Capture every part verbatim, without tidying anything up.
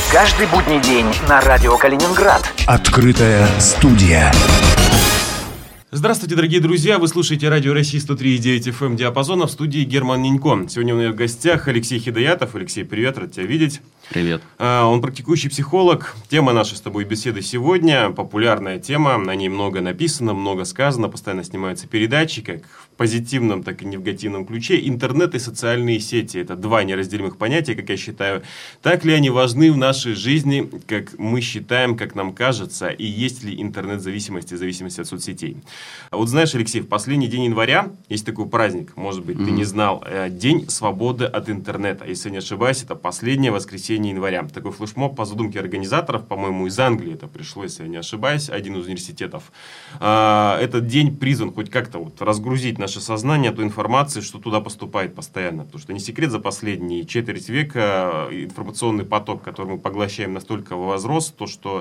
Каждый будний день на радио Калининград. Открытая студия. Здравствуйте, дорогие друзья! Вы слушаете радио России сто три и девять эф эм диапазона, в студии Герман Ненько. Сегодня у меня в гостях Алексей Хидаятов. Алексей, привет, рад тебя видеть. Привет. Он практикующий психолог. Тема нашей с тобой беседы сегодня популярная тема, на ней много написано, много сказано, постоянно снимаются передачи, как в позитивном, так и в негативном ключе. Интернет и социальные сети – это два неразделимых понятия, как я считаю. Так ли они важны в нашей жизни, как мы считаем, как нам кажется, и есть ли интернет-зависимость и зависимость от соцсетей? Вот знаешь, Алексей, в последний день января есть такой праздник, может быть, mm-hmm. ты не знал, День свободы от интернета. Если не ошибаюсь, это последнее воскресенье января. Такой флешмоб по задумке организаторов, по-моему, из Англии это пришло, если я не ошибаюсь, один из университетов. Этот день призван хоть как-то вот разгрузить наше сознание той информации, что туда поступает постоянно. Потому что не секрет, за последние четверть века информационный поток, который мы поглощаем, настолько возрос, то, что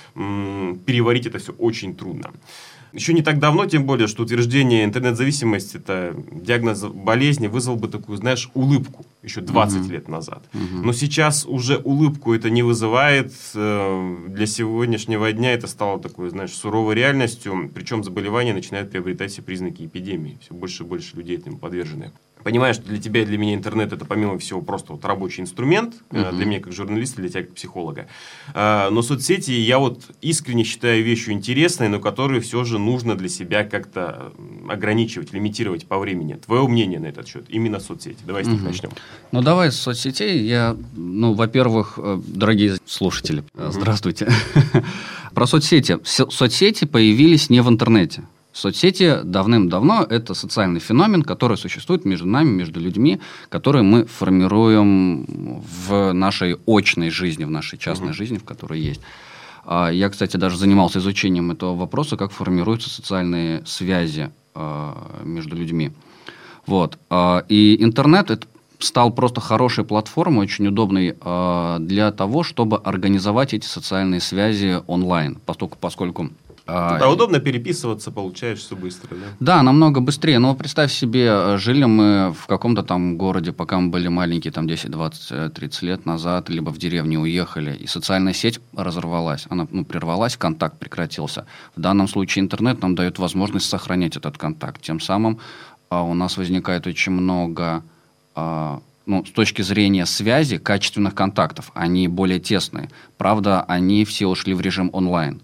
м- переварить это все очень трудно. Еще не так давно, тем более, что утверждение интернет-зависимости, это диагноз болезни, вызвал бы такую, знаешь, улыбку еще двадцать uh-huh. лет назад. Uh-huh. Но сейчас уже улыбку это не вызывает. Для сегодняшнего дня это стало такой, знаешь, суровой реальностью. Причем заболевание начинает приобретать все признаки эпидемии. Все больше и больше людей этому подвержены. Понимаю, что для тебя и для меня интернет это, помимо всего, просто вот рабочий инструмент. Uh-huh. Для меня как журналиста, для тебя как психолога. Но соцсети я вот искренне считаю вещью интересной, но которую все же нужно для себя как-то ограничивать, лимитировать по времени. Твое мнение на этот счет, именно соцсети. Давай с них uh-huh. начнем. Ну, давай с соцсетей. Я, ну, во-первых, дорогие слушатели, uh-huh. здравствуйте. Про соцсети. Соцсети появились не в интернете. Соцсети давным-давно – это социальный феномен, который существует между нами, между людьми, которые мы формируем в нашей очной жизни, в нашей частной uh-huh. жизни, в которой есть. Я, кстати, даже занимался изучением этого вопроса, как формируются социальные связи между людьми. Вот. И интернет – это стал просто хорошей платформой, очень удобной для того, чтобы организовать эти социальные связи онлайн, поскольку... поскольку Да, удобно переписываться, получаешь все быстро, да? Да, намного быстрее. Но представь себе, жили мы в каком-то там городе, пока мы были маленькие, там десять, двадцать, тридцать лет назад, либо в деревне уехали, и социальная сеть разорвалась, она ну, прервалась, контакт прекратился. В данном случае интернет нам дает возможность сохранять этот контакт. Тем самым а, у нас возникает очень много... А, ну, с точки зрения связи, качественных контактов, они более тесные. Правда, они все ушли в режим онлайн.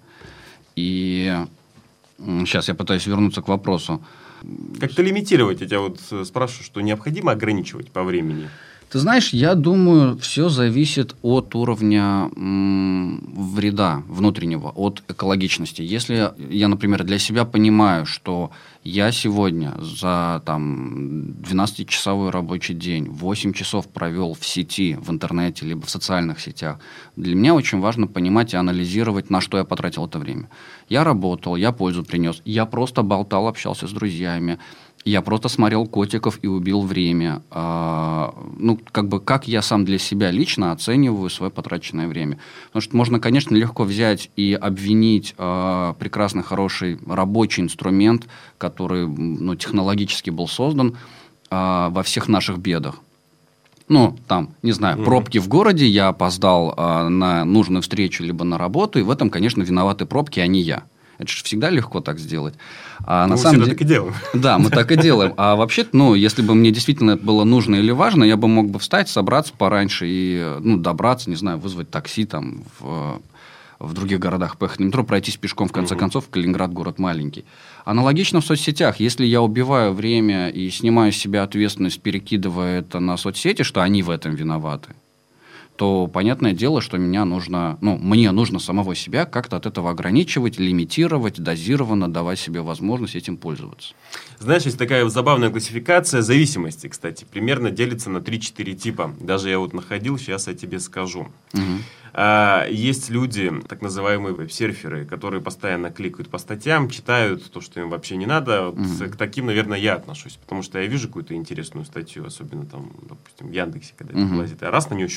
И сейчас я пытаюсь вернуться к вопросу. Как-то лимитировать, я тебя вот спрашиваю, что необходимо ограничивать по времени? Ты знаешь, я думаю, все зависит от уровня м, вреда внутреннего, от экологичности. Если я, например, для себя понимаю, что я сегодня за там, двенадцатичасовой рабочий день восемь часов провел в сети, в интернете, либо в социальных сетях, для меня очень важно понимать и анализировать, на что я потратил это время. Я работал, я пользу принес, я просто болтал, общался с друзьями. Я просто смотрел котиков и убил время. А, ну, как бы, как я сам для себя лично оцениваю свое потраченное время. Потому что можно, конечно, легко взять и обвинить а, прекрасный, хороший рабочий инструмент, который ну, технологически был создан, а, во всех наших бедах. Ну, там, не знаю, mm-hmm. пробки в городе, я опоздал а, на нужную встречу либо на работу, и в этом, конечно, виноваты пробки, а не я. Это же всегда легко так сделать. А ну, на самом мы деле... так и делаем. Да, мы так и делаем. А вообще, ну, если бы мне действительно это было нужно или важно, я бы мог бы встать, собраться пораньше и ну, добраться, не знаю, вызвать такси там, в, в других городах, поехать на метро, пройтись пешком, в конце угу. концов, Калининград город маленький. Аналогично в соцсетях. Если я убиваю время и снимаю с себя ответственность, перекидывая это на соцсети, что они в этом виноваты, то понятное дело, что меня нужно, ну, мне нужно самого себя как-то от этого ограничивать, лимитировать, дозированно давать себе возможность этим пользоваться. Знаешь, есть такая забавная классификация зависимости, кстати, примерно делится на три-четыре типа. Даже я вот находил, сейчас я тебе скажу. Угу. А, есть люди, так называемые веб-серферы, которые постоянно кликают по статьям, читают то, что им вообще не надо. Вот угу. К таким, наверное, я отношусь, потому что я вижу какую-то интересную статью, особенно там, допустим, в Яндексе, когда это угу. лазит. Я раз на нее щелкну, я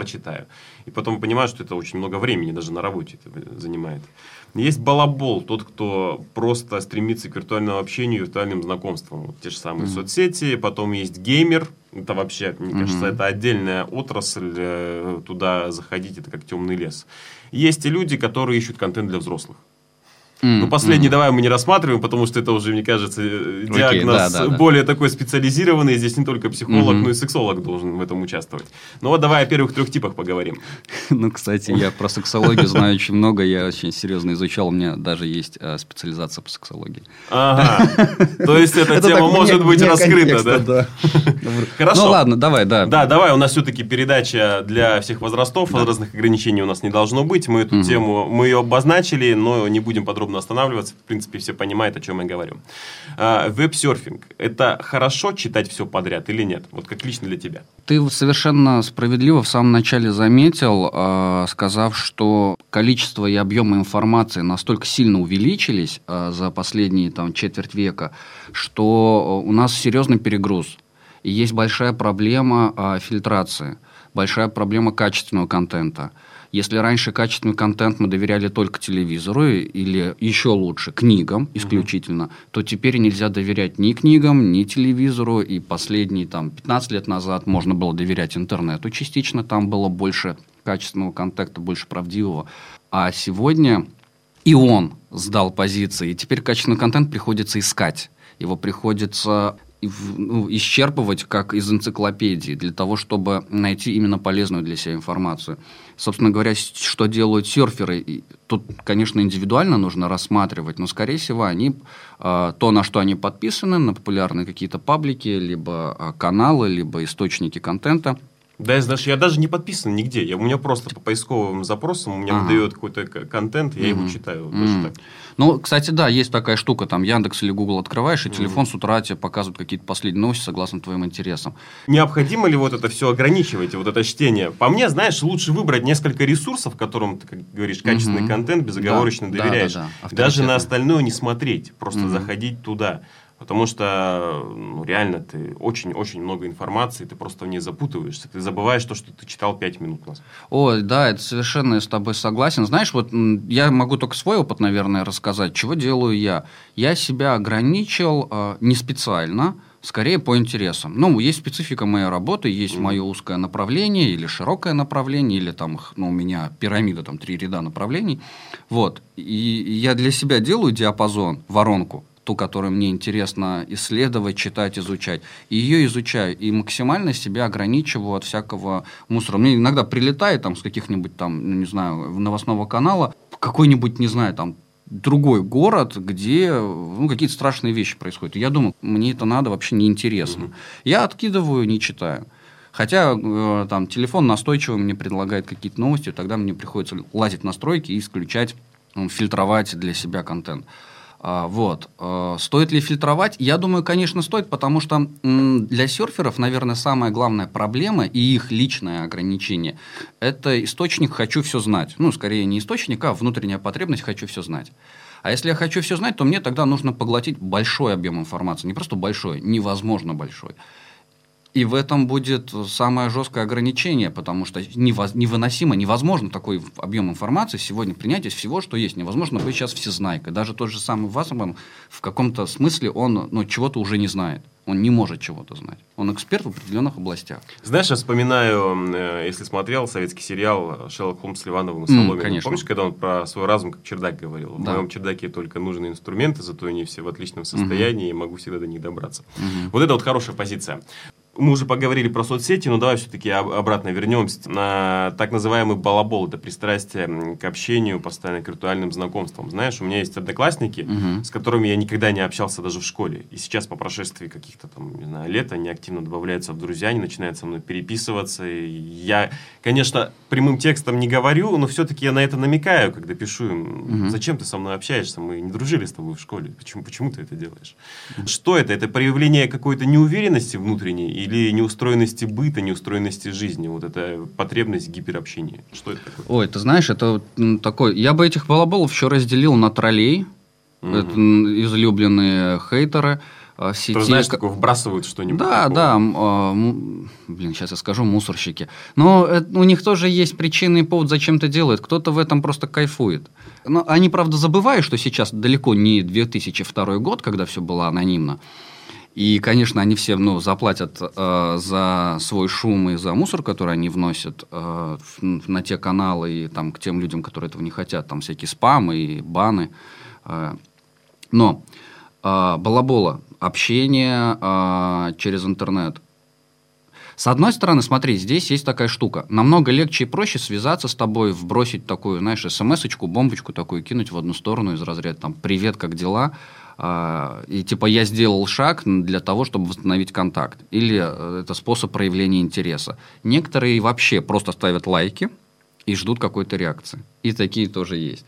прочитаю. И потом понимаю, что это очень много времени даже на работе это занимает. Есть балабол, тот, кто просто стремится к виртуальному общению, виртуальным знакомствам. Вот те же самые mm-hmm. соцсети. Потом есть геймер. Это вообще, мне mm-hmm. кажется, это отдельная отрасль. Туда заходить, это как темный лес. Есть и люди, которые ищут контент для взрослых. Mm, ну, последний mm. давай мы не рассматриваем, потому что это уже, мне кажется, диагноз okay, да, да, более да. такой специализированный. Здесь не только психолог, mm-hmm. но и сексолог должен в этом участвовать. Ну вот давай о первых трех типах поговорим. Ну, кстати, я про сексологию знаю очень много. Я очень серьезно изучал. У меня даже есть специализация по сексологии. Ага. То есть эта тема может быть раскрыта, да? Хорошо. Ну ладно, давай, да. Да, давай. У нас все-таки передача для всех возрастов. Возрастных ограничений у нас не должно быть. Мы эту тему, мы ее обозначили, но не будем подробно останавливаться. В принципе, все понимают, о чем я говорю. А, веб-серфинг. Это хорошо читать все подряд или нет? Вот как лично для тебя. Ты совершенно справедливо в самом начале заметил, э, сказав, что количество и объемы информации настолько сильно увеличились э, за последние там, четверть века, что у нас серьезный перегруз. И есть большая проблема э, фильтрации, большая проблема качественного контента. Если раньше качественный контент мы доверяли только телевизору или еще лучше книгам исключительно, mm-hmm. то теперь нельзя доверять ни книгам, ни телевизору. И последние там, пятнадцать лет назад можно было доверять интернету частично. Там было больше качественного контента, больше правдивого. А сегодня и он сдал позиции. И теперь качественный контент приходится искать. Его приходится... Ну, исчерпывать как из энциклопедии для того, чтобы найти именно полезную для себя информацию. Собственно говоря, что делают серферы, тут, конечно, индивидуально нужно рассматривать, но, скорее всего, они, то, на что они подписаны, на популярные какие-то паблики, либо каналы, либо источники контента. Да, знаешь, я даже не подписан нигде. Я, у меня просто по поисковым запросам у меня ага. выдает какой-то контент, я mm-hmm. его читаю. Mm-hmm. Даже так. Ну, кстати, да, есть такая штука, там Яндекс или Google открываешь, и mm-hmm. телефон с утра тебе показывает какие-то последние новости согласно твоим интересам. Необходимо ли вот это все ограничивать, вот это чтение? По мне, знаешь, лучше выбрать несколько ресурсов, которым ты, как говоришь, качественный mm-hmm. контент безоговорочно да, доверяешь. Да, да, да. Даже на остальное не смотреть, просто mm-hmm. заходить туда. Потому что ну, реально ты очень-очень много информации, ты просто в ней запутываешься. Ты забываешь то, что ты читал пять минут назад. Ой, да, это совершенно я с тобой согласен. Знаешь, вот я могу только свой опыт, наверное, рассказать. Чего делаю я? Я себя ограничил э, не специально, скорее по интересам. Ну, есть специфика моей работы, есть mm-hmm. мое узкое направление или широкое направление, или там, ну, у меня пирамида, там, три ряда направлений. Вот. И я для себя делаю диапазон, воронку. Ту, которую мне интересно исследовать, читать, изучать. И ее изучаю. И максимально себя ограничиваю от всякого мусора. Мне иногда прилетает там, с каких-нибудь там, ну, не знаю, новостного канала какой-нибудь, не знаю, там, другой город, где ну, какие-то страшные вещи происходят. И я думаю, мне это надо, вообще неинтересно. Mm-hmm. Я откидываю, не читаю. Хотя э, там, телефон настойчиво мне предлагает какие-то новости, тогда мне приходится лазить в настройки и исключать, э, фильтровать для себя контент. А, вот. А, стоит ли фильтровать? Я думаю, конечно, стоит, потому что м, для серферов, наверное, самая главная проблема и их личное ограничение – это источник «хочу все знать». Ну, скорее, не источник, а внутренняя потребность «хочу все знать». А если я хочу все знать, то мне тогда нужно поглотить большой объем информации. Не просто большой, невозможно большой. И в этом будет самое жесткое ограничение, потому что невыносимо, невозможно такой объем информации сегодня принять из всего, что есть. Невозможно быть сейчас всезнайкой. Даже тот же самый Вассерман в каком-то смысле он ну, чего-то уже не знает. Он не может чего-то знать. Он эксперт в определенных областях. Знаешь, я вспоминаю, если смотрел советский сериал «Шерлок Холмс с Ливановым и Соломиным». Mm, помнишь, когда он про свой разум как чердак говорил? Да. В моем чердаке только нужны инструменты, зато они все в отличном состоянии, mm-hmm. и могу всегда до них добраться. Mm-hmm. Вот это вот хорошая позиция. Мы уже поговорили про соцсети, но давай все-таки обратно вернемся на так называемый балабол. Это пристрастие к общению, постоянно к виртуальным знакомствам. Знаешь, у меня есть одноклассники, uh-huh. с которыми я никогда не общался даже в школе. И сейчас по прошествии каких-то там, не знаю, лет они активно добавляются в друзья, они начинают со мной переписываться. И я, конечно, прямым текстом не говорю, но все-таки я на это намекаю, когда пишу им. Uh-huh. Зачем ты со мной общаешься? Мы не дружили с тобой в школе. Почему, почему ты это делаешь? Uh-huh. Что это? Это проявление какой-то неуверенности внутренней или неустроенности быта, неустроенности жизни, вот эта потребность гиперобщения. Что это такое? Ой, ты знаешь, это такой... Я бы этих балаболов еще разделил на троллей, угу. это излюбленные хейтеры, в сети... Ты знаешь, такое вбрасывают что-нибудь. Да, такого. да. М, блин, сейчас я скажу, мусорщики. Но это, у них тоже есть причина и повод, зачем это делают. Кто-то в этом просто кайфует. Но они, правда, забывают, что сейчас далеко не две тысячи второй год, когда все было анонимно. И, конечно, они все ну, заплатят э, за свой шум и за мусор, который они вносят э, на те каналы и там, к тем людям, которые этого не хотят. Там всякие спамы и баны. Э, но э, балабола, общение э, через интернет. С одной стороны, смотри, здесь есть такая штука. Намного легче и проще связаться с тобой, вбросить такую, знаешь, смс-очку, бомбочку такую, кинуть в одну сторону из разряда там «Привет, как дела?» И типа я сделал шаг для того, чтобы восстановить контакт. Или это способ проявления интереса. Некоторые вообще просто ставят лайки и ждут какой-то реакции. И такие тоже есть.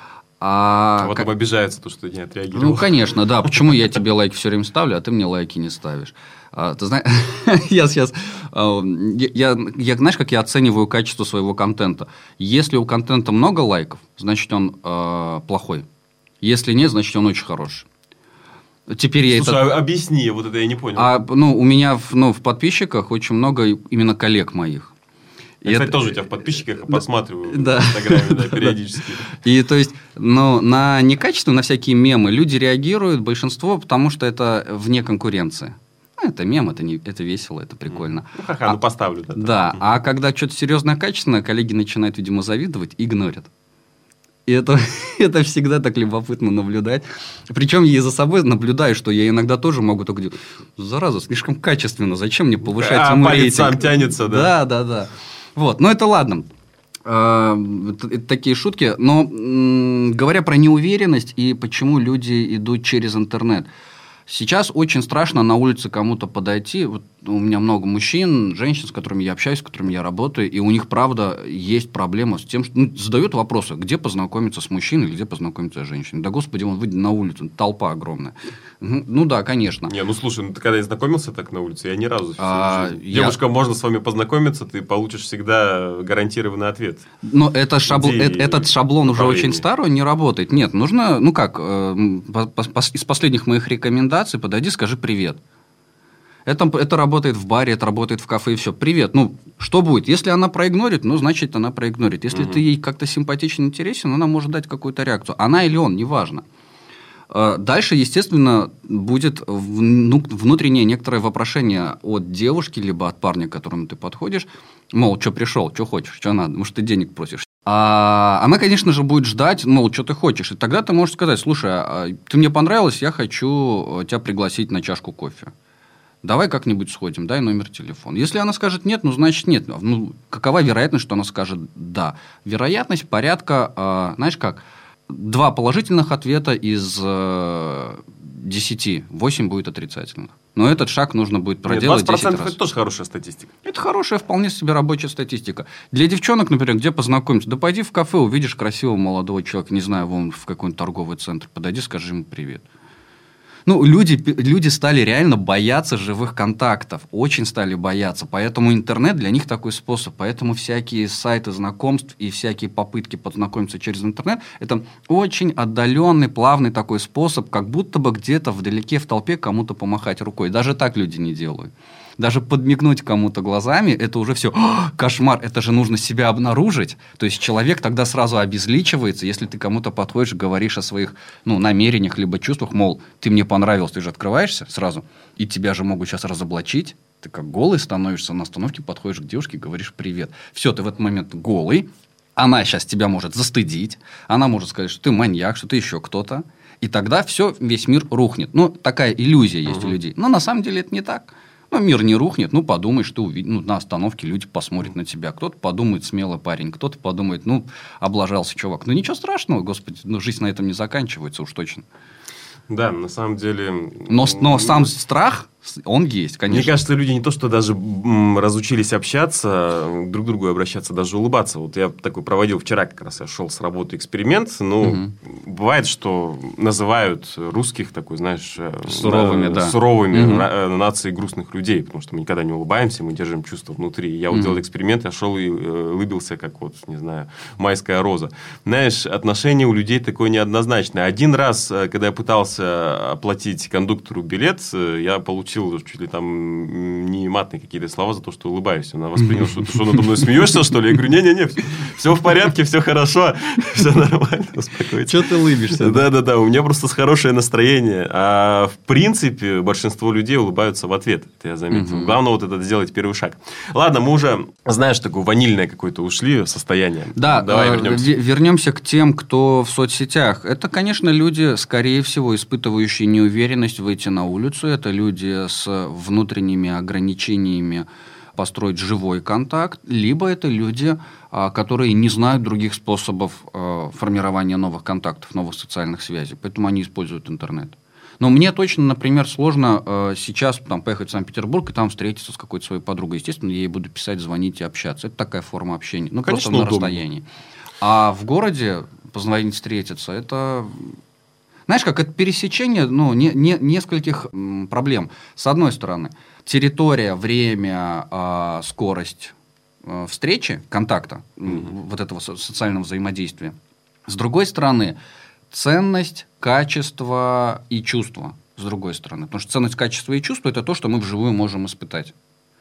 А, а потом как... обижается то, что не отреагировал. Ну, конечно, да. Почему я тебе лайки все время ставлю, а ты мне лайки не ставишь? А, ты знаешь, я сейчас... Я, я, знаешь, как я оцениваю качество своего контента? Если у контента много лайков, значит, он э, плохой. Если нет, значит, он очень хороший. Теперь я Слушай, это... а объясни, вот это я не понял. А, ну, у меня ну, в подписчиках очень много именно коллег моих. Я, и кстати, это... тоже у тебя в подписчиках посматриваю да. в Инстаграме, да, периодически. И то есть, ну, на некачество, на всякие мемы люди реагируют, большинство, потому что это вне конкуренции. Ну, это мем, это, не, это весело, это прикольно. Ну, ха-ха, а, ну поставлю. Да, да, а когда что-то серьезное, качественное, коллеги начинают, видимо, завидовать и игнорят. И это, это всегда так любопытно наблюдать. Причем я за собой наблюдаю, что я иногда тоже могу только делать. Зараза, слишком качественно. Зачем мне повышать а, ему палец рейтинг? Сам тянется, да? Да, да, да. Вот, но это ладно. Это, это такие шутки. Но м- говоря про неуверенность и почему люди идут через интернет. Сейчас очень страшно на улице кому-то подойти. Вот у меня много мужчин, женщин, с которыми я общаюсь, с которыми я работаю, и у них, правда, есть проблема с тем, что ну, задают вопросы, где познакомиться с мужчиной, где познакомиться с женщиной. Да, господи, он выйдет на улицу, толпа огромная. Ну да, конечно. Не, ну слушай, ну ты когда я знакомился так на улице, я ни разу. А, Девушка, я... можно с вами познакомиться, ты получишь всегда гарантированный ответ. Но это шабл... э- этот шаблон уже очень старый, он не работает. Нет, нужно, ну как, э, по- по- из последних моих рекомендаций подойди, скажи привет. Это, это работает в баре, это работает в кафе, и все. Привет. Ну, что будет? Если она проигнорит, ну, значит, она проигнорит. Если угу. ты ей как-то симпатичен, интересен, она может дать какую-то реакцию. Она или он, неважно. Дальше, естественно, будет ну, внутреннее некоторое вопрошение от девушки, либо от парня, к которому ты подходишь. Мол, что пришел, что хочешь, что надо, может, ты денег просишь. А она, конечно же, будет ждать, мол, что ты хочешь. И тогда ты можешь сказать, слушай, ты мне понравилась, я хочу тебя пригласить на чашку кофе. Давай как-нибудь сходим, дай номер телефона. Если она скажет нет, ну, значит, нет. Ну, какова вероятность, что она скажет да? Вероятность порядка, э, знаешь как, два положительных ответа из э, десяти, восемь будет отрицательных. Но этот шаг нужно будет проделать десять раз. двадцать процентов это тоже хорошая статистика. Это хорошая, вполне себе рабочая статистика. Для девчонок, например, где познакомиться? Да пойди в кафе, увидишь красивого молодого человека, не знаю, вон в какой-нибудь торговый центр, подойди, скажи ему привет. Ну, люди, люди стали реально бояться живых контактов, очень стали бояться, поэтому интернет для них такой способ, поэтому всякие сайты знакомств и всякие попытки познакомиться через интернет – это очень отдаленный, плавный такой способ, как будто бы где-то вдалеке в толпе кому-то помахать рукой. Даже так люди не делают. Даже подмигнуть кому-то глазами – это уже все кошмар, это же нужно себя обнаружить. То есть человек тогда сразу обезличивается, если ты кому-то подходишь, говоришь о своих ну, намерениях либо чувствах, мол, ты мне понравился, ты же открываешься сразу, и тебя же могут сейчас разоблачить. Ты как голый становишься на остановке, подходишь к девушке, говоришь привет. Все, ты в этот момент голый, она сейчас тебя может застыдить, она может сказать, что ты маньяк, что ты еще кто-то, и тогда все, весь мир рухнет. Ну, такая иллюзия есть uh-huh. у людей. Но на самом деле это не так. Ну, мир не рухнет, ну, подумаешь, ты увидишь, ну, на остановке люди посмотрят на тебя. Кто-то подумает, смелый парень, кто-то подумает, ну, облажался чувак. Ну, ничего страшного, господи, ну, жизнь на этом не заканчивается уж точно. Да, на самом деле... Но, но сам страх Он есть, конечно. Мне кажется, люди не то, что даже м, разучились общаться, друг к другу обращаться, даже улыбаться. Вот я такой проводил вчера, как раз я шел с работы эксперимент. Ну, угу. Бывает, что называют русских такой, знаешь... Суровыми, на, да. Суровыми угу. на, нацией грустных людей, потому что мы никогда не улыбаемся, мы держим чувства внутри. Я вот угу. делал эксперимент, я шел и э, улыбился, как вот, не знаю, майская роза. Знаешь, отношение у людей такое неоднозначное. Один раз, когда я пытался оплатить кондуктору билет, я получил чуть ли там не матные какие-то слова за то, что улыбаюсь. Она восприняла, что ты что, надо мной смеешься, что ли? Я говорю, не-не-не, все, все в порядке, все хорошо, все нормально, успокойтесь. Что ты улыбишься? Да-да-да, у меня просто хорошее настроение. А в принципе, большинство людей улыбаются в ответ. Это я заметил. Угу. Главное вот это сделать первый шаг. Ладно, мы уже, знаешь, такое ванильное какое-то ушли состояние. Да, давай вернемся. Вернемся к тем, кто в соцсетях. Это, конечно, люди, скорее всего, испытывающие неуверенность выйти на улицу. Это люди с внутренними ограничениями построить живой контакт, либо это люди, которые не знают других способов формирования новых контактов, новых социальных связей, поэтому они используют интернет. Но мне точно, например, сложно сейчас там, поехать в Санкт-Петербург и там встретиться с какой-то своей подругой. Естественно, я ей буду писать, звонить и общаться. Это такая форма общения. Ну, конечно, просто на расстоянии. А в городе позвонить, встретиться, это... Знаешь, как это пересечение ну, не, не, нескольких м, проблем. С одной стороны, территория, время, э, скорость э, встречи, контакта, mm-hmm. вот этого со- социального взаимодействия. С другой стороны, ценность, качество и чувство. С другой стороны. Потому что ценность, качество и чувство – это то, что мы вживую можем испытать.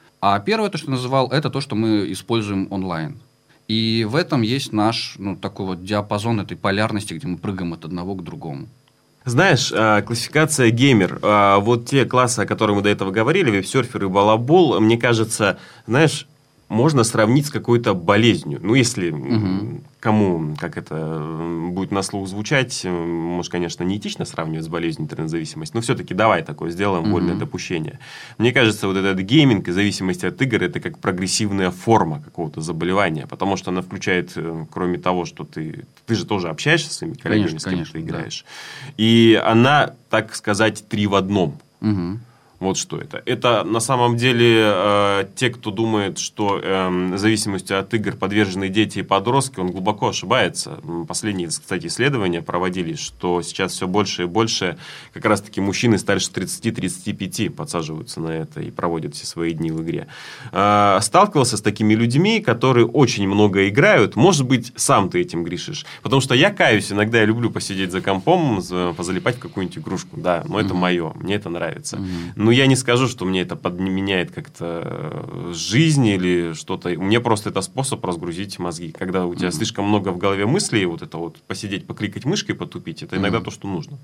А первое, то, что я называл, это то, что мы используем онлайн. И в этом есть наш ну, такой вот диапазон этой полярности, где мы прыгаем от одного к другому. Знаешь, классификация геймер, вот те классы, о которых мы до этого говорили, веб-серфер и балабол, мне кажется, знаешь, можно сравнить с какой-то болезнью. Ну, если угу. кому, как это будет на слух звучать, может, конечно, неэтично сравнивать с болезнью интернет-зависимости, но все-таки давай такое сделаем, угу. вольное допущение. Мне кажется, вот этот гейминг и зависимость от игр, это как прогрессивная форма какого-то заболевания, потому что она включает, кроме того, что ты, ты же тоже общаешься со своими коллегами, конечно, с кем конечно, ты играешь, да. И она, так сказать, три в одном. Угу. Вот что это. Это на самом деле э, те, кто думает, что э, зависимостью от игр подвержены дети и подростки, он глубоко ошибается. Последние, кстати, исследования проводились, что сейчас все больше и больше как раз-таки мужчины старше тридцати-тридцати пяти подсаживаются на это и проводят все свои дни в игре. Э, сталкивался с такими людьми, которые очень много играют. Может быть, сам ты этим грешишь. Потому что я каюсь, иногда я люблю посидеть за компом, позалипать в какую-нибудь игрушку. Да, но это mm-hmm. мое, мне это нравится. Mm-hmm. Но я не скажу, что мне это подменяет как-то жизнь или что-то. Мне просто это способ разгрузить мозги. Когда у тебя mm-hmm. слишком много в голове мыслей, вот это вот посидеть, покликать мышкой, потупить, это иногда mm-hmm. то, что нужно.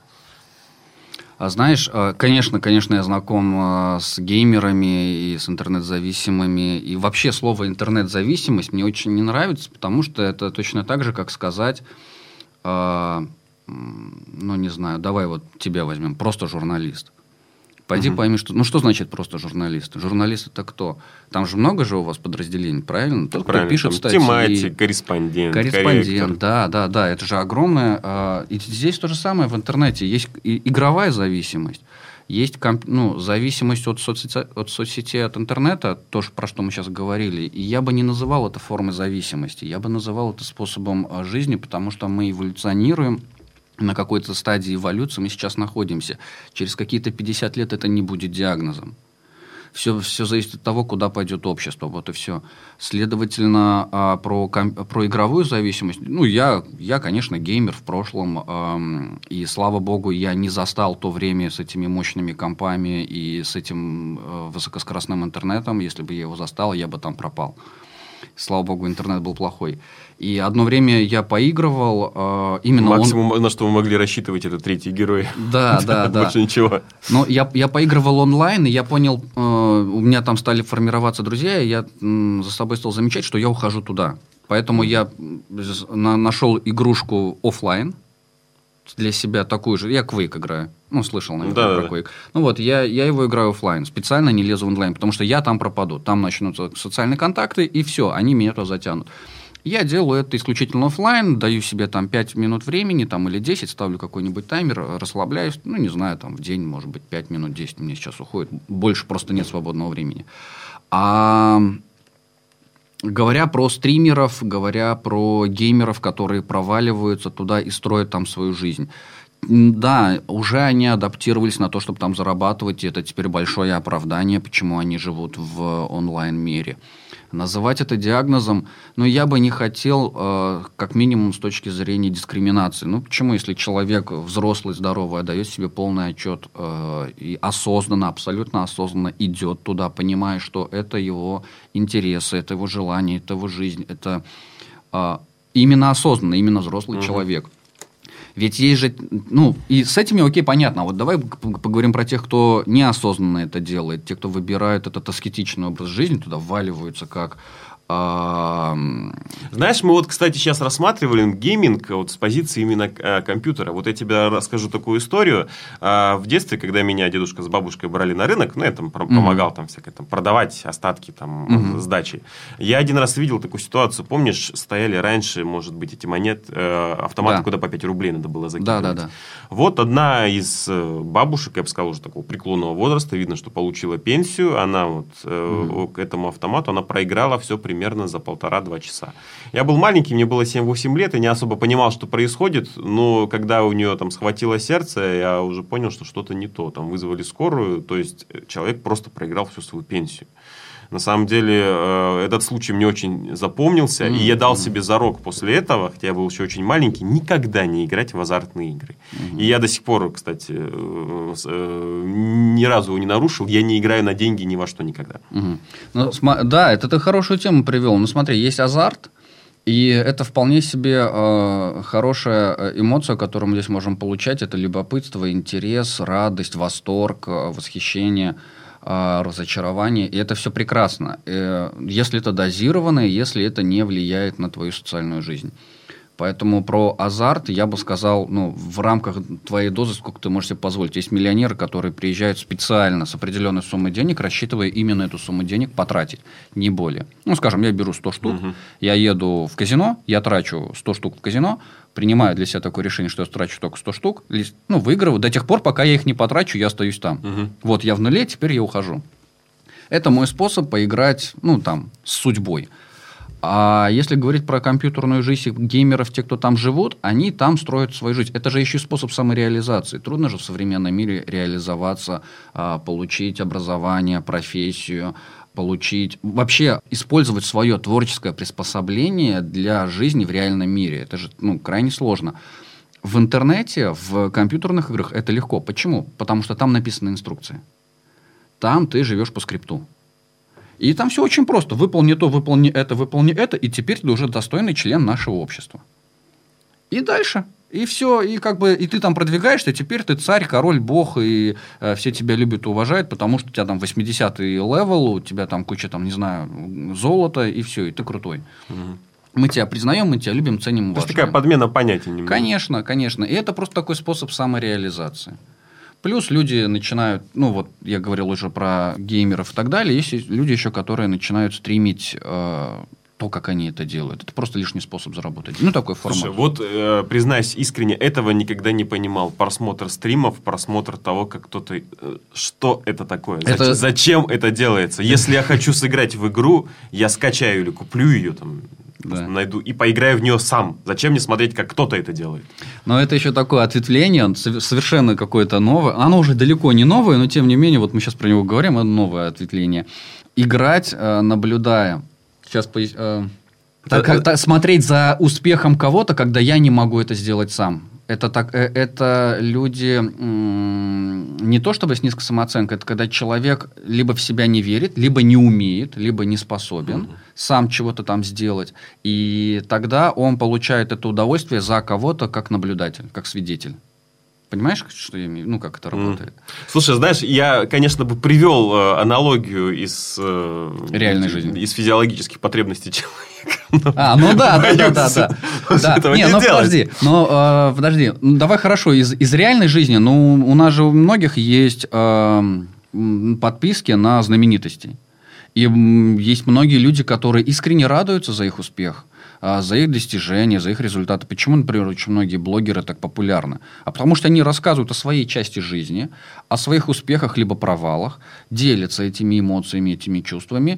А знаешь, конечно, конечно, я знаком с геймерами и с интернет-зависимыми. И вообще слово интернет-зависимость мне очень не нравится, потому что это точно так же, как сказать, ну, не знаю, давай вот тебя возьмем, просто журналист. Пойди угу. пойми, что... Ну, что значит просто журналист? Журналист – это кто? Там же много же у вас подразделений, правильно? Тот, правильно, кто пишет статьи. Тематик, корреспондент, Корреспондент, корректор. да, да, да. Это же огромное... И здесь то же самое в интернете. Есть игровая зависимость. Есть ну, зависимость от соцсетей, от соцсетей, от интернета, то, про что мы сейчас говорили. И я бы не называл это формой зависимости. Я бы называл это способом жизни, потому что мы эволюционируем. На какой-то стадии эволюции мы сейчас находимся. Через какие-то пятьдесят лет это не будет диагнозом. Все, все зависит от того, куда пойдет общество. Вот и все. Следовательно, про, про игровую зависимость. Ну, я, я, конечно, геймер в прошлом. И, слава богу, я не застал то время с этими мощными компами и с этим высокоскоростным интернетом. Если бы я его застал, я бы там пропал. Слава богу, интернет был плохой. И одно время я поигрывал. Э, именно Максимум, он... на что мы могли рассчитывать, это третий герой. Да, да, да. Больше ничего. Но я, я поигрывал онлайн, и я понял, э, у меня там стали формироваться друзья, и я э, за собой стал замечать, что я ухожу туда. Поэтому я на, нашел игрушку офлайн для себя такую же. Я Quake играю. Ну, слышал, наверное, да, про Quake. Да. Ну вот, я, я его играю офлайн. Специально не лезу в онлайн, потому что я там пропаду. Там начнутся социальные контакты, и все, они меня туда затянут. Я делаю это исключительно офлайн, даю себе там пять минут времени там, или десять, ставлю какой-нибудь таймер, расслабляюсь, ну, не знаю, там в день, может быть, пять минут, десять мне сейчас уходит, больше просто нет свободного времени. А говоря про стримеров, говоря про геймеров, которые проваливаются туда и строят там свою жизнь, да, уже они адаптировались на то, чтобы там зарабатывать, и это теперь большое оправдание, почему они живут в онлайн-мире. Называть это диагнозом, ну, я бы не хотел, э, как минимум, с точки зрения дискриминации. Ну, почему, если человек взрослый, здоровый, отдает себе полный отчет э, и осознанно, абсолютно осознанно идет туда, понимая, что это его интересы, это его желание, это его жизнь, это э, именно осознанно, именно взрослый угу. человек. Ведь есть же, ну, и с этими окей, понятно. А вот давай поговорим про тех, кто неосознанно это делает, те, кто выбирают этот аскетичный образ жизни, туда вваливаются как... Знаешь, мы вот, кстати, сейчас рассматривали гейминг вот с позиции именно э, компьютера. Вот я тебе расскажу такую историю. Э, в детстве, когда меня дедушка с бабушкой брали на рынок, ну, я там mm-hmm. помогал там всякое там продавать остатки там mm-hmm. с дачей. Я один раз видел такую ситуацию. Помнишь, стояли раньше, может быть, эти монет, э, автоматы, да. куда по пять рублей надо было закидывать. Да, да, да. Вот одна из бабушек, я бы сказал, уже такого преклонного возраста, видно, что получила пенсию, она вот э, mm-hmm. к этому автомату, она проиграла все примерно примерно за полтора-два часа. Я был маленький, мне было семь-восемь лет, и не особо понимал, что происходит, но когда у нее там схватило сердце, я уже понял, что что-то не то. Там вызвали скорую, то есть человек просто проиграл всю свою пенсию. На самом деле, этот случай мне очень запомнился, mm-hmm. и я дал себе зарок после этого, хотя я был еще очень маленький, никогда не играть в азартные игры. Mm-hmm. И я до сих пор, кстати, ни разу не нарушил, я не играю на деньги ни во что никогда. Mm-hmm. Ну, см- да, это ты хорошую тему привел. Ну, смотри, есть азарт, и это вполне себе э, хорошая эмоция, которую мы здесь можем получать. Это любопытство, интерес, радость, восторг, восхищение, разочарование, и это все прекрасно, если это дозировано, если это не влияет на твою социальную жизнь. Поэтому про азарт я бы сказал, ну, в рамках твоей дозы, сколько ты можешь себе позволить. Есть миллионеры, которые приезжают специально с определенной суммой денег, рассчитывая именно эту сумму денег потратить, не более. Ну, скажем, я беру сто штук, угу. я еду в казино, я трачу сто штук в казино, принимаю для себя такое решение, что я трачу только сто штук, ну, выигрываю до тех пор, пока я их не потрачу, я остаюсь там. Угу. Вот, я в нуле, теперь я ухожу. Это мой способ поиграть, ну, там, с судьбой. А если говорить про компьютерную жизнь геймеров, те, кто там живут, они там строят свою жизнь. Это же еще и способ самореализации. Трудно же в современном мире реализоваться, получить образование, профессию, получить... Вообще использовать свое творческое приспособление для жизни в реальном мире. Это же, ну, крайне сложно. В интернете, в компьютерных играх это легко. Почему? Потому что там написаны инструкции. Там ты живешь по скрипту. И там все очень просто. Выполни то, выполни это, выполни это, и теперь ты уже достойный член нашего общества. И дальше. И все. И как бы и ты там продвигаешься, теперь ты царь, король, бог, и э, все тебя любят и уважают, потому что у тебя там восьмидесятый левел, у тебя там куча, там, не знаю, золота, и все, и ты крутой. Угу. Мы тебя признаем, мы тебя любим, ценим, уважаем. То есть такая подмена понятий немного. Конечно, конечно. И это просто такой способ самореализации. Плюс люди начинают, ну вот я говорил уже про геймеров и так далее, есть люди еще, которые начинают стримить э, то, как они это делают. Это просто лишний способ заработать. Ну, такой формат. Слушай, вот, э, признаюсь искренне, этого никогда не понимал. Просмотр стримов, просмотр того, как кто-то... Э, что это такое? Это... Зачем, зачем это делается? Если я хочу сыграть в игру, я скачаю или куплю ее там... Да. Найду и поиграю в нее сам. Зачем мне смотреть, как кто-то это делает? Но это еще такое ответвление, совершенно какое-то новое. Оно уже далеко не новое, но тем не менее, вот мы сейчас про него говорим, это новое ответвление. Играть, наблюдая. Сейчас поясню. Так, как, смотреть за успехом кого-то, когда я не могу это сделать сам. Это, так, это люди м- не то чтобы с низкой самооценкой, это когда человек либо в себя не верит, либо не умеет, либо не способен mm-hmm. сам чего-то там сделать. И тогда он получает это удовольствие за кого-то как наблюдатель, как свидетель. Понимаешь, что я имею? Ну, как это работает? Mm. Слушай, знаешь, я, конечно, бы привел э, аналогию из... Э, реальной жизни. Из физиологических потребностей человека. А, ну да, да, да, да, да. да. Этого не, не ну делать. подожди, ну, э, подожди, ну, давай хорошо, из, из реальной жизни, ну, у нас же у многих есть э, подписки на знаменитостей. И есть многие люди, которые искренне радуются за их успех. за их достижения, за их результаты. Почему, например, очень многие блогеры так популярны? А потому что они рассказывают о своей части жизни, о своих успехах либо провалах, делятся этими эмоциями, этими чувствами,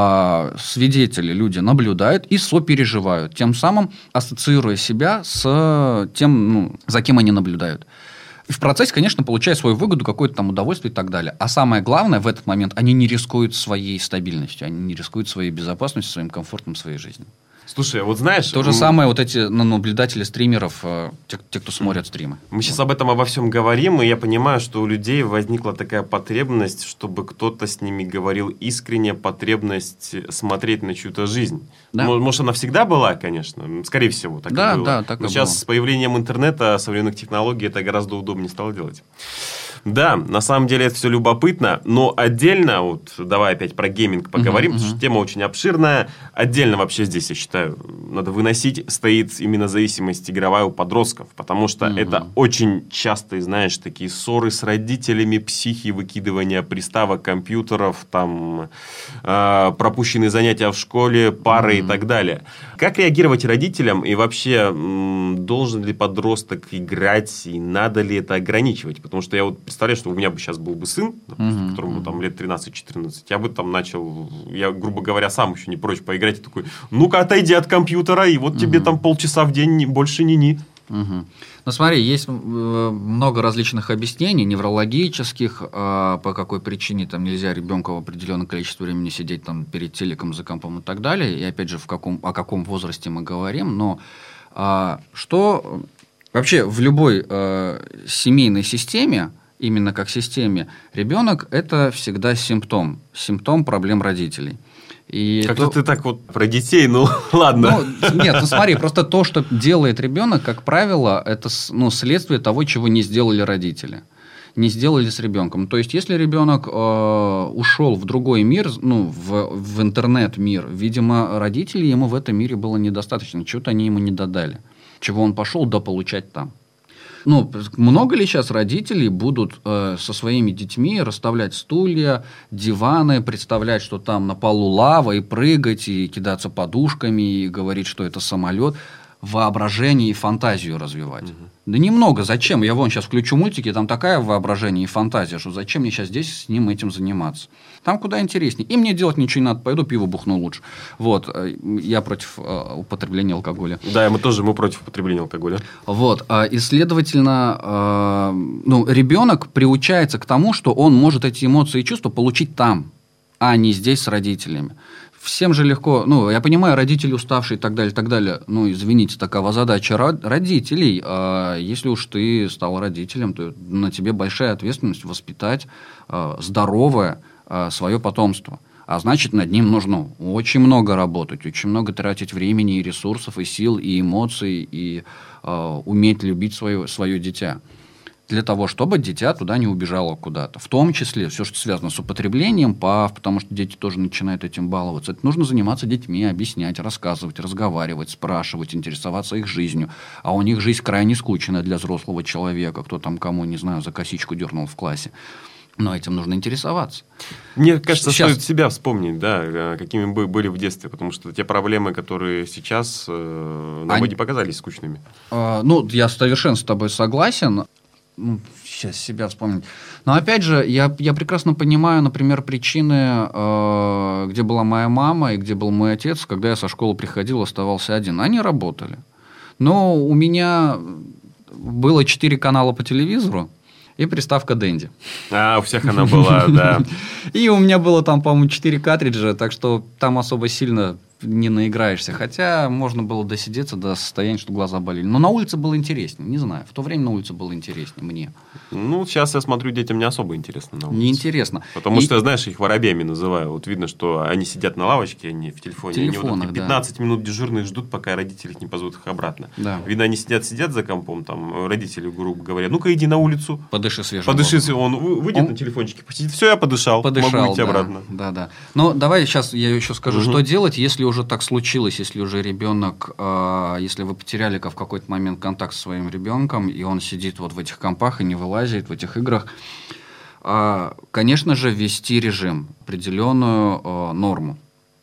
а свидетели, люди наблюдают и сопереживают, тем самым ассоциируя себя с тем, ну, за кем они наблюдают. И в процессе, конечно, получая свою выгоду, какое-то там удовольствие и так далее. А самое главное, в этот момент они не рискуют своей стабильностью, они не рискуют своей безопасностью, своим комфортом, своей жизнью. Слушай, вот знаешь... То же самое вот эти ну, наблюдатели стримеров, те, те, кто смотрят стримы. Мы сейчас об этом обо всем говорим, и я понимаю, что у людей возникла такая потребность, чтобы кто-то с ними говорил искренне, потребность смотреть на чью-то жизнь. Да. Может, она всегда была, конечно, скорее всего, так да, и было. Да, так Но и сейчас было. С появлением интернета, современных технологий это гораздо удобнее стало делать. Да, на самом деле это все любопытно, но отдельно, вот давай опять про гейминг поговорим, uh-huh, потому что uh-huh. тема очень обширная. Отдельно вообще здесь, я считаю, надо выносить, стоит именно зависимость игровая у подростков, потому что uh-huh. это очень частые, знаешь, такие ссоры с родителями, психи, выкидывание приставок, компьютеров, там, э, пропущенные занятия в школе, пары uh-huh. и так далее. Как реагировать родителям и вообще м, должен ли подросток играть и надо ли это ограничивать? Потому что я вот представляю, что у меня бы сейчас был бы сын, допустим, uh-huh, которому uh-huh. там лет тринадцать-четырнадцать, я бы там начал, я, грубо говоря, сам еще не прочь поиграть, и такой, ну-ка, отойди от компьютера, и вот uh-huh. тебе там полчаса в день, больше ни-ни. Угу. Ну, смотри, есть много различных объяснений неврологических, по какой причине там нельзя ребенку в определенное количество времени сидеть там перед телеком, за компом и так далее. И опять же, в каком, о каком возрасте мы говорим. Но а, что вообще в любой а, семейной системе, именно как системе, ребенок – это всегда симптом, симптом проблем родителей. И Как-то то... ты так вот про детей, ну ладно. Ну, нет, ну смотри, просто то, что делает ребенок, как правило, это ну, следствие того, чего не сделали родители. Не сделали с ребенком. То есть, если ребенок э, ушел в другой мир, ну, в, в интернет-мир, видимо, родителей ему в этом мире было недостаточно. Чего-то они ему не додали. Чего он пошел дополучать там. Ну, много ли сейчас родителей будут э, со своими детьми расставлять стулья, диваны, представлять, что там на полу лава, и прыгать, и кидаться подушками, и говорить, что это самолет, воображение и фантазию развивать? Угу. Да немного. Зачем? Я вон сейчас включу мультики, там такая воображение и фантазия, что зачем мне сейчас здесь с ним этим заниматься? Там куда интереснее. И мне делать ничего не надо, пойду пиво бухну лучше. Вот. Я против э, употребления алкоголя. Да, мы тоже мы против употребления алкоголя. Вот. И, следовательно, э, ну, ребенок приучается к тому, что он может эти эмоции и чувства получить там, а не здесь с родителями. Всем же легко, ну, я понимаю, родители уставшие и так далее, и так далее. Ну, извините, такова задача родителей. А если уж ты стал родителем, то на тебе большая ответственность воспитать а, здоровое а, свое потомство. А значит, над ним нужно очень много работать, очень много тратить времени и ресурсов, и сил, и эмоций, и а, уметь любить свое, свое дитя. Для того, чтобы дитя туда не убежало куда-то. В том числе все, что связано с употреблением ПАВ, потому что дети тоже начинают этим баловаться. Это нужно заниматься детьми, объяснять, рассказывать, разговаривать, спрашивать, интересоваться их жизнью. А у них жизнь крайне скучная для взрослого человека. Кто там кому, не знаю, за косичку дернул в классе. Но этим нужно интересоваться. Мне кажется, сейчас... стоит себя вспомнить, да, какими бы были в детстве, потому что те проблемы, которые сейчас, нам Они... бы не показались скучными. А, ну, я совершенно с тобой согласен. Ну, сейчас себя вспомнить. Но опять же, я, я прекрасно понимаю, например, причины, э, где была моя мама и где был мой отец, когда я со школы приходил, оставался один. Они работали. Но у меня было четыре канала по телевизору и приставка Dendy. А, у всех она была, да. И у меня было там, по-моему, четыре картриджа, так что там особо сильно не наиграешься. Хотя можно было досидеться до состояния, что глаза болели. Но на улице было интереснее. Не знаю. В то время на улице было интереснее мне. Ну, сейчас я смотрю, детям не особо интересно на улице. Неинтересно. Потому и... что, знаешь, их воробьями называю. Вот видно, что они сидят на лавочке, они в телефоне. Телефонах, они вот пятнадцать да. минут дежурных ждут, пока родители их не позовут их обратно. Да. Видно, они сидят-сидят за компом, там родители, грубо говоря, ну-ка иди на улицу. Подыши свежим Подыши, он выйдет он... на телефончике, посидит. Все, я подышал, подышал, могу идти да, обратно. Да, да. Но давай сейчас я еще скажу, угу. что делать, если уже так случилось, если уже ребенок, э, если вы потеряли в какой-то момент контакт со своим ребенком, и он сидит вот в этих компах и не вылазит в этих играх, э, конечно же, ввести режим, определенную э, норму.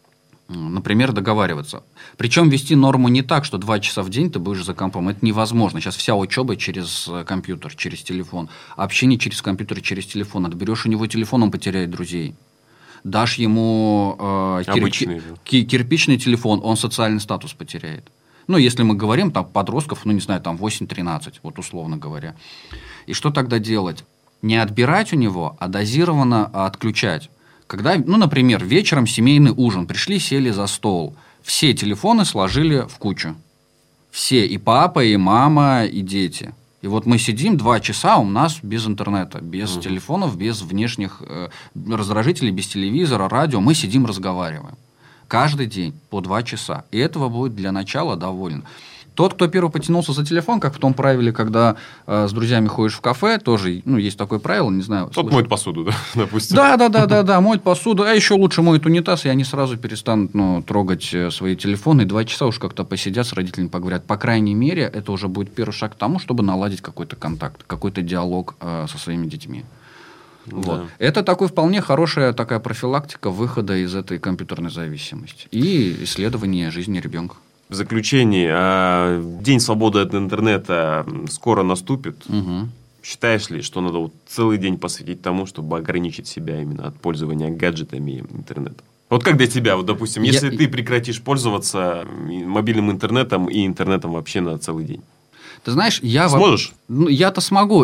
Например, договариваться. Причем вести норму не так, что два часа в день ты будешь за компом. Это невозможно. Сейчас вся учеба через компьютер, через телефон. Общение через компьютер, через телефон. Отберешь у него телефон, он потеряет друзей. Дашь ему э, кирпич... кирпичный телефон, он социальный статус потеряет. Ну, если мы говорим там подростков, ну, не знаю, там восемь-тринадцать, вот условно говоря. И что тогда делать? Не отбирать у него, а дозированно отключать. Когда, ну, например, вечером семейный ужин, пришли, сели за стол, все телефоны сложили в кучу. Все, и папа, и мама, и дети. И вот мы сидим два часа у нас без интернета, без угу. телефонов, без внешних э, раздражителей, без телевизора, радио. Мы сидим, разговариваем. Каждый день по два часа. И этого будет для начала доволен. Тот, кто первый потянулся за телефон, как в том правиле, когда э, с друзьями ходишь в кафе, тоже, ну, есть такое правило, не знаю. Тот слышал. моет посуду, да, допустим. Да, да, да, да, да, моет посуду, а еще лучше моет унитаз, и они сразу перестанут, ну, трогать свои телефоны, и два часа уж как-то посидят с родителями, поговорят. По крайней мере, это уже будет первый шаг к тому, чтобы наладить какой-то контакт, какой-то диалог э, со своими детьми. Вот. Да. Это такой вполне хорошая такая профилактика выхода из этой компьютерной зависимости и исследования жизни ребенка. В заключении, день свободы от интернета скоро наступит. Угу. Считаешь ли, что надо вот целый день посвятить тому, чтобы ограничить себя именно от пользования гаджетами и интернетом? Вот как для тебя, вот, допустим, если Я... ты прекратишь пользоваться мобильным интернетом и интернетом вообще на целый день? Ты знаешь, я... Сможешь? Ну, я-то смогу,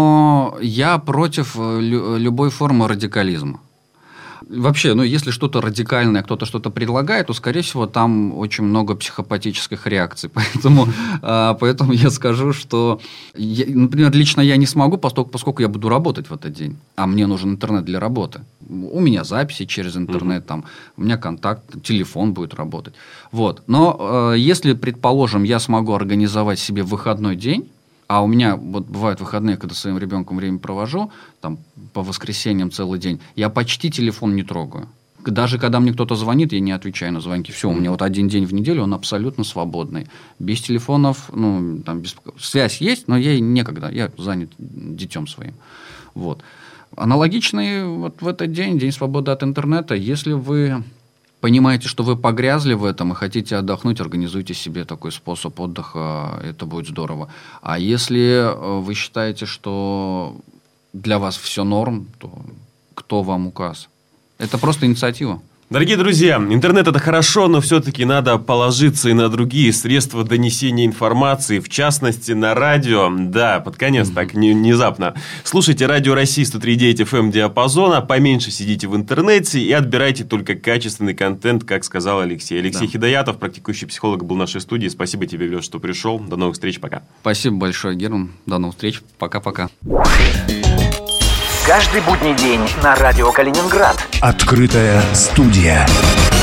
но я против лю- любой формы радикализма. Вообще, ну, если что-то радикальное, кто-то что-то предлагает, то, скорее всего, там очень много психопатических реакций. Поэтому, а, поэтому я скажу, что, я, например, лично я не смогу, поскольку, поскольку я буду работать в этот день, а мне нужен интернет для работы. У меня записи через интернет, там, у меня контакт, телефон будет работать. Вот. Но э, если, предположим, я смогу организовать себе выходной день, а у меня вот бывают выходные, когда со своим ребенком время провожу, там, по воскресеньям целый день, я почти телефон не трогаю. Даже когда мне кто-то звонит, я не отвечаю на звонки. Все, у меня вот один день в неделю, он абсолютно свободный. Без телефонов, ну, там, без... связь есть, но ей некогда, я занят детем своим. Вот. Аналогичный вот в этот день, день свободы от интернета, если вы... понимаете, что вы погрязли в этом и хотите отдохнуть, организуйте себе такой способ отдыха, это будет здорово. А если вы считаете, что для вас все норм, то кто вам указ? Это просто инициатива. Дорогие друзья, интернет – это хорошо, но все-таки надо положиться и на другие средства донесения информации, в частности, на радио. Да, под конец, mm-hmm. так внезапно. Слушайте Радио России сто три и девять эф эм диапазона, поменьше сидите в интернете и отбирайте только качественный контент, как сказал Алексей. Алексей да. Хидаятов, практикующий психолог, был в нашей студии. Спасибо тебе, Леш, что пришел. До новых встреч, пока. Спасибо большое, Герман. До новых встреч. Пока-пока. Каждый будний день на радио Калининград. Открытая студия.